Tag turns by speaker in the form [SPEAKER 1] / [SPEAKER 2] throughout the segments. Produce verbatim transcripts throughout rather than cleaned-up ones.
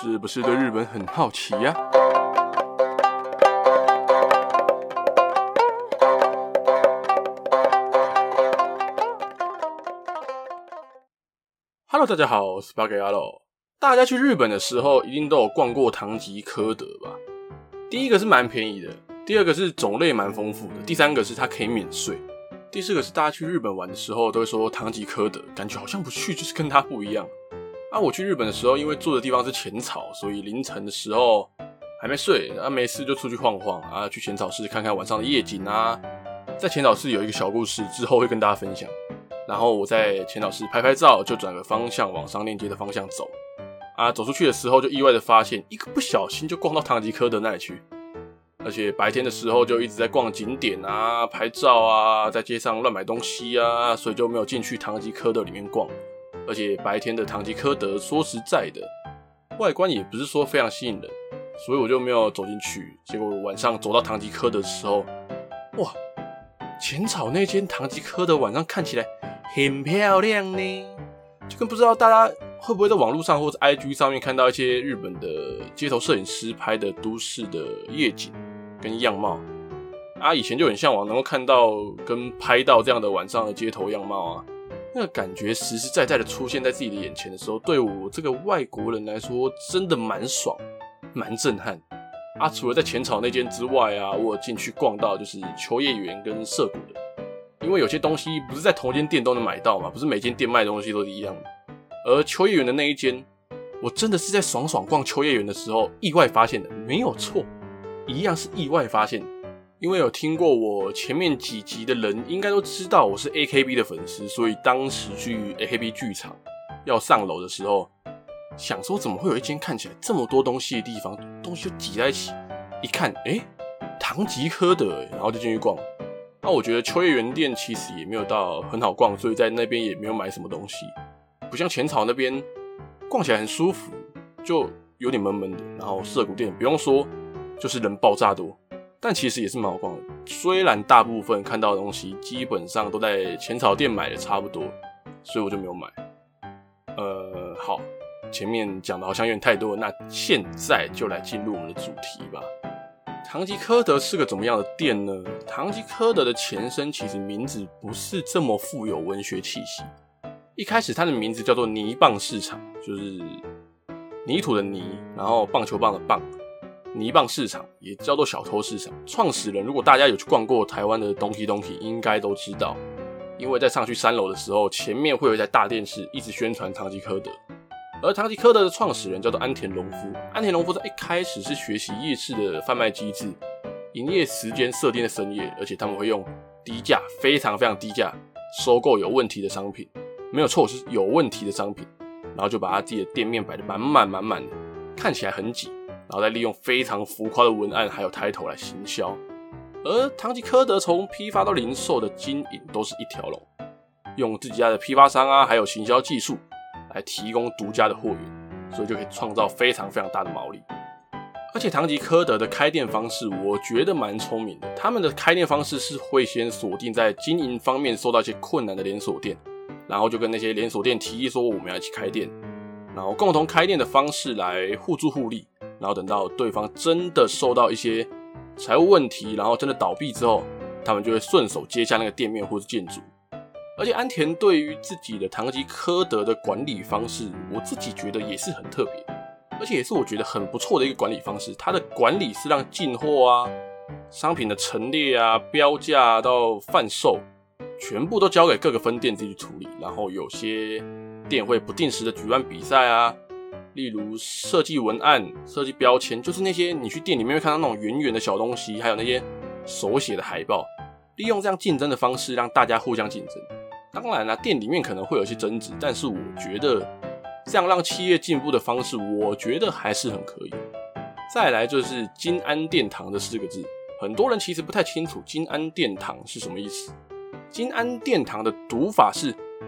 [SPEAKER 1] 是不是对日本很好奇呀、啊、？Hello， 大家好，我是八给阿洛。大家去日本的时候，一定都有逛过唐吉诃德吧？第一个是蛮便宜的，第二个是种类蛮丰富的，第三个是它可以免税，第四个是大家去日本玩的时候都会说唐吉诃德，感觉好像不去就是跟它不一样。啊，我去日本的时候，因为住的地方是浅草，所以凌晨的时候还没睡，啊没事就出去晃晃啊，去浅草寺看看晚上的夜景啊。在浅草寺有一个小故事，之后会跟大家分享。然后我在浅草寺拍拍照，就转个方向往商店街的方向走。啊，走出去的时候就意外的发现，一个不小心就逛到唐吉诃德那里去。而且白天的时候就一直在逛景点啊、拍照啊，在街上乱买东西啊，所以就没有进去唐吉诃德里面逛。而且白天的唐吉诃德说实在的，外观也不是说非常吸引人，所以我就没有走进去。结果晚上走到唐吉诃德的时候，哇，浅草那间唐吉诃德晚上看起来很漂亮呢，就跟不知道大家会不会在网络上或者 I G 上面看到一些日本的街头摄影师拍的都市的夜景跟样貌啊，以前就很向往能够看到跟拍到这样的晚上的街头样貌啊。那个感觉实实在在的出现在自己的眼前的时候，对我这个外国人来说真的蛮爽蛮震撼啊。除了在浅草那间之外啊，我有进去逛到就是秋叶原跟涩谷的，因为有些东西不是在同一间店都能买到嘛，不是每间店卖的东西都是一样的。而秋叶原的那一间，我真的是在爽爽逛秋叶原的时候意外发现的，没有错，一样是意外发现的。因为有听过我前面几集的人应该都知道我是 A K B 的粉丝，所以当时去 A K B 剧场要上楼的时候，想说怎么会有一间看起来这么多东西的地方，东西就挤在一起，一看诶唐吉诃德诶，然后就进去逛。那我觉得秋叶原店其实也没有到很好逛，所以在那边也没有买什么东西，不像浅草那边逛起来很舒服，就有点闷闷的。然后涩谷店不用说，就是人爆炸多，但其实也是蛮好逛的。虽然大部分看到的东西基本上都在浅草店买的差不多，所以我就没有买。呃，好，前面讲的好像有点太多了，那现在就来进入我们的主题吧。唐吉诃德是个怎么样的店呢？唐吉诃德的前身其实名字不是这么富有文学气息。一开始它的名字叫做泥棒市场，就是泥土的泥，然后棒球棒的棒，泥棒市场也叫做小偷市场。创始人如果大家有去逛过台湾的东西东西，应该都知道，因为在上去三楼的时候，前面会有一台大电视一直宣传唐吉诃德。而唐吉诃德的创始人叫做安田隆夫，安田隆夫在一开始是学习夜市的贩卖机制，营业时间设定在深夜，而且他们会用低价，非常非常低价收购有问题的商品，没有错，是有问题的商品，然后就把他自己的店面摆得满满满满的，看起来很挤，然后再利用非常浮夸的文案还有抬头来行销。而唐吉诃德从批发到零售的经营都是一条龙，用自己家的批发商啊，还有行销技术来提供独家的货源，所以就可以创造非常非常大的毛利。而且唐吉诃德的开店方式我觉得蛮聪明的，他们的开店方式是会先锁定在经营方面受到一些困难的连锁店，然后就跟那些连锁店提议说我们要一起开店，然后共同开店的方式来互助互利，然后等到对方真的受到一些财务问题，然后真的倒闭之后，他们就会顺手接下那个店面或是建筑。而且安田对于自己的唐吉诃德的管理方式，我自己觉得也是很特别，而且也是我觉得很不错的一个管理方式。他的管理是让进货啊、商品的陈列啊、标价到贩售，全部都交给各个分店自己去处理。然后有些店会不定时的举办比赛啊，例如设计文案、设计标签，就是那些你去店里面会看到那种圆圆的小东西，还有那些手写的海报，利用这样竞争的方式让大家互相竞争。当然啦，店里面可能会有一些争执，但是我觉得这样让企业进步的方式，我觉得还是很可以。再来就是金安殿堂这四个字，很多人其实不太清楚金安殿堂是什么意思。金安殿堂的读法是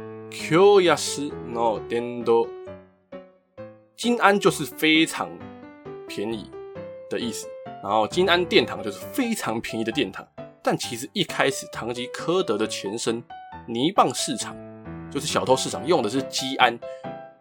[SPEAKER 1] Kyoyasu no Dendo， 金安就是非常便宜的意思，然后金安殿堂就是非常便宜的殿堂。但其实一开始唐吉诃德的前身泥棒市场就是小偷市场，用的是基安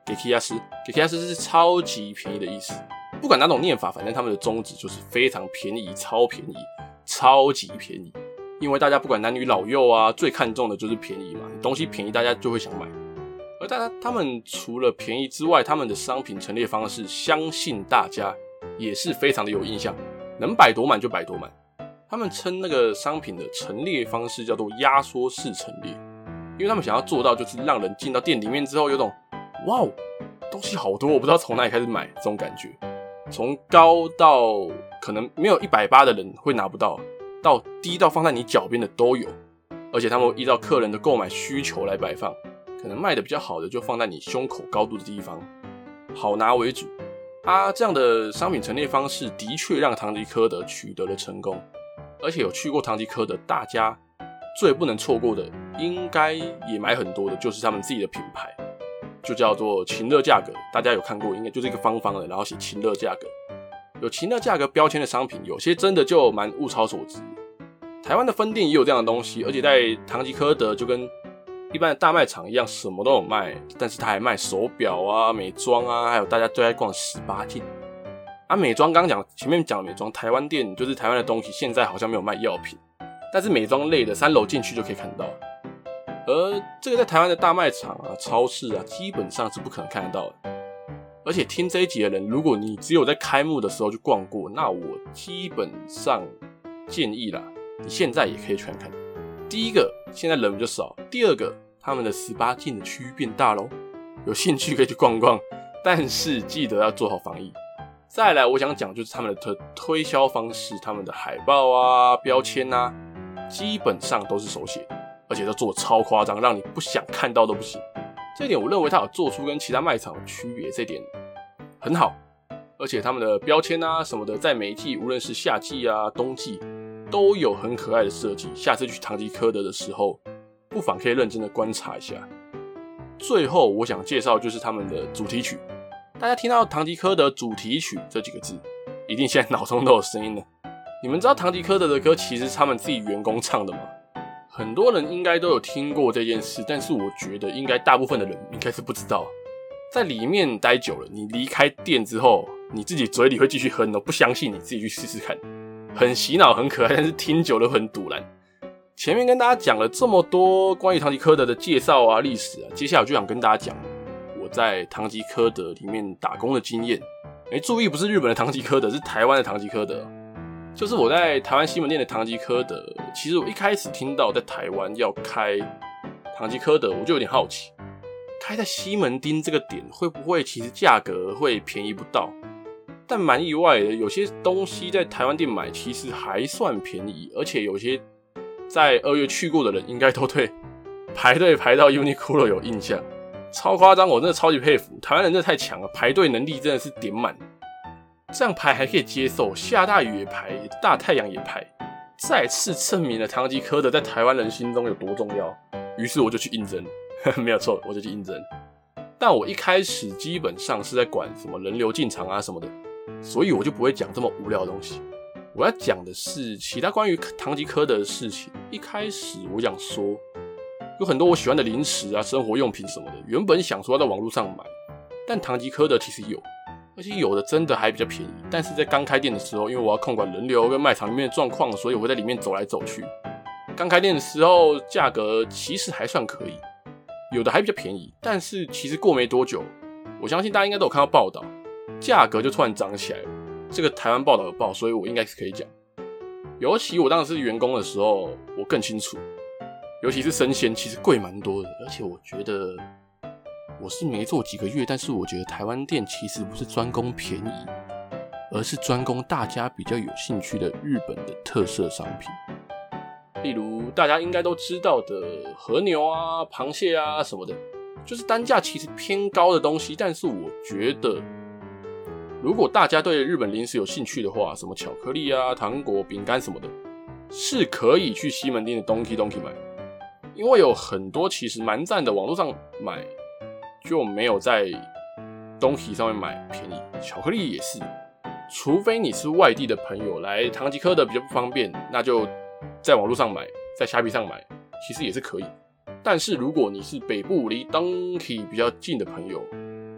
[SPEAKER 1] 给 k 亚斯，给 k 亚斯是超级便宜的意思。不管哪种念法，反正他们的宗旨就是非常便宜、超便宜、超级便宜。因为大家不管男女老幼啊，最看重的就是便宜嘛，东西便宜大家就会想买。而大家他们除了便宜之外，他们的商品陈列方式，相信大家也是非常的有印象，能摆多满就摆多满。他们称那个商品的陈列方式叫做压缩式陈列，因为他们想要做到就是让人进到店里面之后有种哇哦，东西好多，我不知道从哪里开始买这种感觉。从高到可能没有一百八的人会拿不到，到低到放在你脚边的都有，而且他们会依照客人的购买需求来摆放，可能卖的比较好的就放在你胸口高度的地方，好拿为主。啊，这样的商品陈列方式的确让唐吉诃德取得了成功，而且有去过唐吉诃德，大家最不能错过的，应该也买很多的，就是他们自己的品牌，就叫做情乐价格。大家有看过，应该就是一个方方的，然后写情乐价格。有情乐价格标签的商品，有些真的就蛮物超所值。台湾的分店也有这样的东西，而且在唐吉诃德就跟一般的大卖场一样，什么都有卖，但是他还卖手表啊、美妆啊，还有大家都在逛十八禁。啊，美妆刚讲前面讲的美妆，台湾店就是台湾的东西，现在好像没有卖药品，但是美妆类的三楼进去就可以看到。而这个在台湾的大卖场啊、超市啊，基本上是不可能看得到的。而且听这一集的人，如果你只有在开幕的时候去逛过，那我基本上建议啦，你现在也可以去看看。第一个，现在人比较少；第二个，他们的十八禁的区域变大咯，有兴趣可以去逛逛，但是记得要做好防疫。再来，我想讲就是他们的推销方式，他们的海报啊、标签啊，基本上都是手写的，而且都做得超夸张，让你不想看到都不行。这一点我认为他有做出跟其他卖场的区别，这点很好。而且他们的标签啊什么的，在每一季无论是夏季啊、冬季，都有很可爱的设计。下次去唐吉诃德的时候，不妨可以认真的观察一下。最后我想介绍就是他们的主题曲。大家听到唐吉诃德主题曲这几个字，一定现在脑中都有声音了。你们知道唐吉诃德的歌其实是他们自己员工唱的吗？很多人应该都有听过这件事，但是我觉得应该大部分的人应该是不知道。在里面待久了，你离开店之后，你自己嘴里会继续哼的，不相信你自己去试试看。很洗脑，很可爱，但是听久了很堵然。前面跟大家讲了这么多关于唐吉诃德的介绍啊、历史啊，接下来我就想跟大家讲我在唐吉诃德里面打工的经验。欸，注意不是日本的唐吉诃德，是台湾的唐吉诃德。就是我在台湾西门店的唐吉诃德，其实我一开始听到在台湾要开唐吉诃德，我就有点好奇，开在西门町这个点会不会其实价格会便宜不到？但蛮意外的，有些东西在台湾店买其实还算便宜，而且有些在二月去过的人应该都对排队排到 Uniqlo 有印象，超夸张，我真的超级佩服，台湾人真的太强了，排队能力真的是点满。这样排还可以接受，下大雨也排，大太阳也排，再次证明了唐吉诃德在台湾人心中有多重要。于是我就去应征，没有错，我就去应征。但我一开始基本上是在管什么人流进场啊什么的，所以我就不会讲这么无聊的东西。我要讲的是其他关于唐吉诃德的事情。一开始我想说，有很多我喜欢的零食啊、生活用品什么的，原本想说要在网络上买，但唐吉诃德其实有。而且有的真的还比较便宜，但是在刚开店的时候，因为我要控管人流跟卖场里面的状况，所以我会在里面走来走去。刚开店的时候，价格其实还算可以，有的还比较便宜，但是其实过没多久，我相信大家应该都有看到报道，价格就突然涨起来了。这个台湾报道有报，所以我应该是可以讲。尤其我当时是员工的时候，我更清楚，尤其是生鲜，其实贵蛮多的，而且我觉得。我是没做几个月，但是我觉得台湾店其实不是专攻便宜，而是专攻大家比较有兴趣的日本的特色商品。例如大家应该都知道的和牛啊、螃蟹啊什么的，就是单价其实偏高的东西。但是我觉得，如果大家对日本零食有兴趣的话，什么巧克力啊、糖果、饼干什么的，是可以去西门町的 Donkey Donkey 买，因为有很多其实蛮赞的，网络上买。就没有在 Donkey 上面买便宜，巧克力也是，除非你是外地的朋友来唐吉诃德比较不方便，那就在网络上买，在虾皮上买，其实也是可以。但是如果你是北部离 Donkey 比较近的朋友，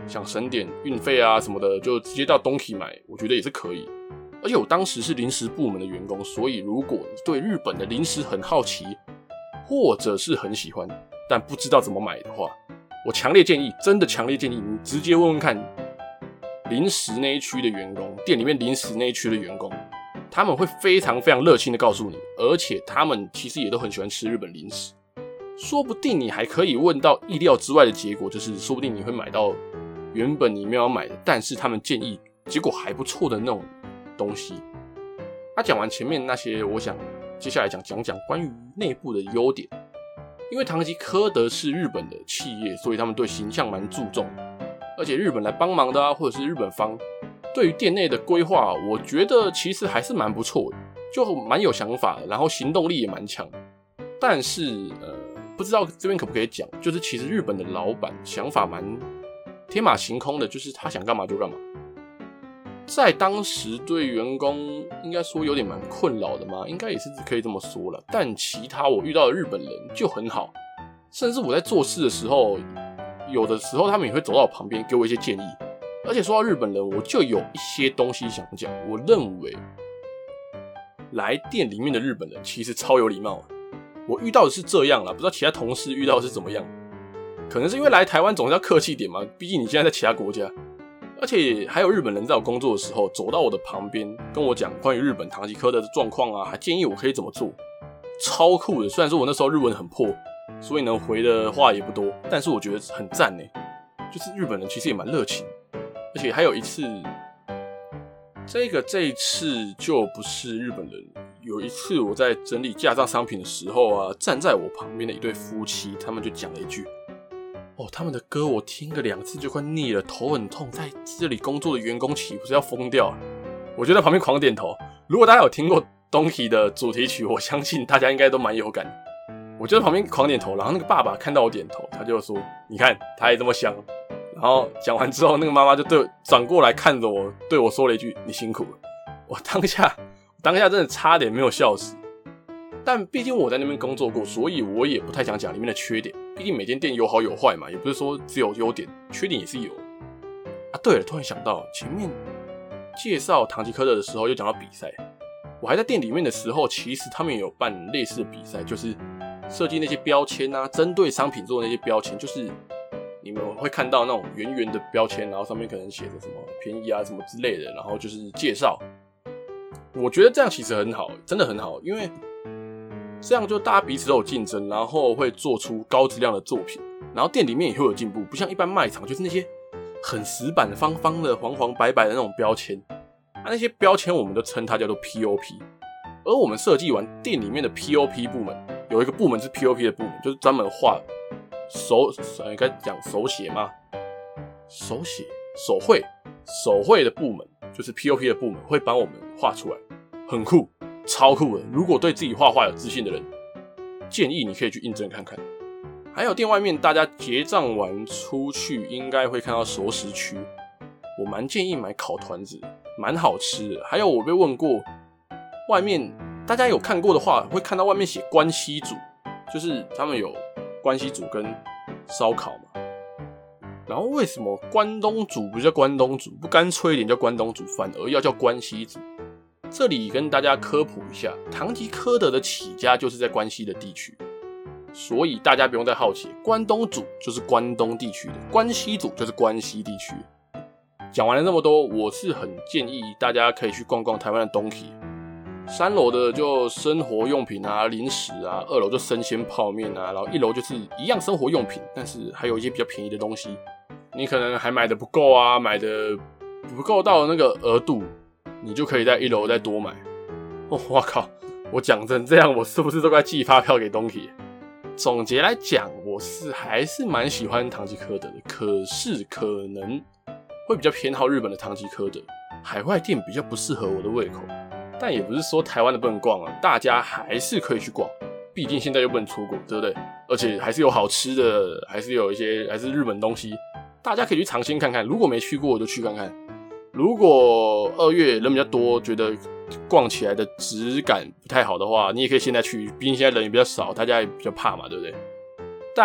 [SPEAKER 1] 想省点运费啊什么的，就直接到 Donkey 买，我觉得也是可以。而且我当时是零食部门的员工，所以如果你对日本的零食很好奇，或者是很喜欢，但不知道怎么买的话，我强烈建议，真的强烈建议你直接问问看零食那一区的员工，店里面零食那一区的员工，他们会非常非常热情的告诉你，而且他们其实也都很喜欢吃日本零食，说不定你还可以问到意料之外的结果，就是说不定你会买到原本你没有要买的，但是他们建议结果还不错的那种东西。那讲完前面那些，我想接下来讲讲讲关于内部的优点。因为唐吉诃德是日本的企业，所以他们对形象蛮注重的，而且日本来帮忙的啊，或者是日本方对于店内的规划，我觉得其实还是蛮不错的，就蛮有想法的，然后行动力也蛮强。但是呃，不知道这边可不可以讲，就是其实日本的老板想法蛮天马行空的，就是他想干嘛就干嘛。在当时对员工应该说有点蛮困扰的嘛，应该也是可以这么说了。但其他我遇到的日本人就很好，甚至我在做事的时候，有的时候他们也会走到我旁边给我一些建议。而且说到日本人，我就有一些东西想讲。我认为来店里面的日本人其实超有礼貌的，我遇到的是这样啦，不知道其他同事遇到的是怎么样。可能是因为来台湾总是要客气点嘛，毕竟你现在在其他国家。而且还有日本人在我工作的时候走到我的旁边跟我讲关于日本唐吉诃德的状况啊，还建议我可以怎么做，超酷的。虽然说我那时候日文很破，所以呢回的话也不多，但是我觉得很赞耶，就是日本人其实也蛮热情。而且还有一次，这个这一次就不是日本人，有一次我在整理架上商品的时候啊，站在我旁边的一对夫妻，他们就讲了一句，哦，他们的歌我听个两次就快腻了，头很痛，在这里工作的员工岂不是要疯掉了？我就在旁边狂点头。如果大家有听过 Donkey 的主题曲，我相信大家应该都蛮有感的。我就在旁边狂点头，然后那个爸爸看到我点头，他就说：“你看，他也这么想。”然后讲完之后，那个妈妈就对转过来看着我，对我说了一句：“你辛苦了。”我当下当下真的差点没有笑死。但毕竟我在那边工作过，所以我也不太想讲里面的缺点。毕竟每间店有好有坏嘛，也不是说只有优点，缺点也是有。啊，对了，突然想到前面介绍唐吉诃德的时候，又讲到比赛。我还在店里面的时候，其实他们也有办类似的比赛，就是设计那些标签啊，针对商品做的那些标签，就是你们会看到那种圆圆的标签，然后上面可能写着什么便宜啊什么之类的，然后就是介绍。我觉得这样其实很好，真的很好，因为这样就大家彼此都有竞争，然后会做出高质量的作品，然后店里面也会有进步，不像一般卖场就是那些很死板方方的黄黄白白的那种标签，啊，那些标签我们都称它叫做 P O P， 而我们设计完店里面的 P O P 部门，有一个部门是 P O P 的部门，就是专门画手，应该讲手写吗？手写手绘手绘的部门就是 P O P 的部门，会帮我们画出来，很酷。超酷的！如果对自己画画有自信的人，建议你可以去应征看看。还有店外面，大家结账完出去应该会看到熟食区，我蛮建议买烤团子，蛮好吃的。还有我被问过，外面大家有看过的话，会看到外面写关西煮，就是他们有关西煮跟烧烤嘛。然后为什么关东煮不叫关东煮，不干脆一点叫关东煮，反而要叫关西煮？这里跟大家科普一下，唐吉诃德的起家就是在关西的地区，所以大家不用再好奇，关东煮就是关东地区的，关西煮就是关西地区。讲完了这么多，我是很建议大家可以去逛逛台湾的 Donkey， 三楼的就生活用品啊、零食啊，二楼就生鲜泡面啊，然后一楼就是一样生活用品，但是还有一些比较便宜的东西，你可能还买的不够啊，买的不够到那个额度，你就可以在一楼再多买。哦，哇靠！我讲成这样，我是不是都该寄发票给 Donkey？ 总结来讲，我是还是蛮喜欢唐吉诃德的，可是可能会比较偏好日本的唐吉诃德，海外店比较不适合我的胃口。但也不是说台湾的不能逛啊，大家还是可以去逛，毕竟现在又不能出国，对不对？而且还是有好吃的，还是有一些还是日本东西，大家可以去尝鲜看看。如果没去过，我就去看看。如果二月人比较多，觉得逛起来的质感不太好的话，你也可以现在去，毕竟现在人也比较少，大家也比较怕嘛，对不对？但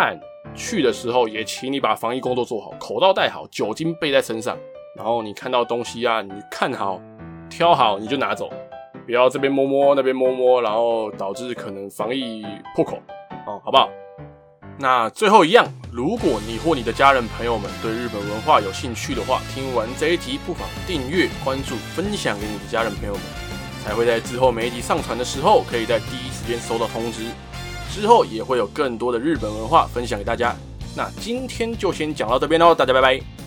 [SPEAKER 1] 去的时候也请你把防疫工作做好，口罩戴好，酒精备在身上，然后你看到东西啊，你看好挑好你就拿走，不要这边摸摸那边摸摸，然后导致可能防疫破口哦，好不好？那最后一样，如果你或你的家人朋友们对日本文化有兴趣的话，听完这一集不妨订阅、关注、分享给你的家人朋友们，才会在之后每一集上传的时候，可以在第一时间收到通知。之后也会有更多的日本文化分享给大家。那今天就先讲到这边咯，大家拜拜。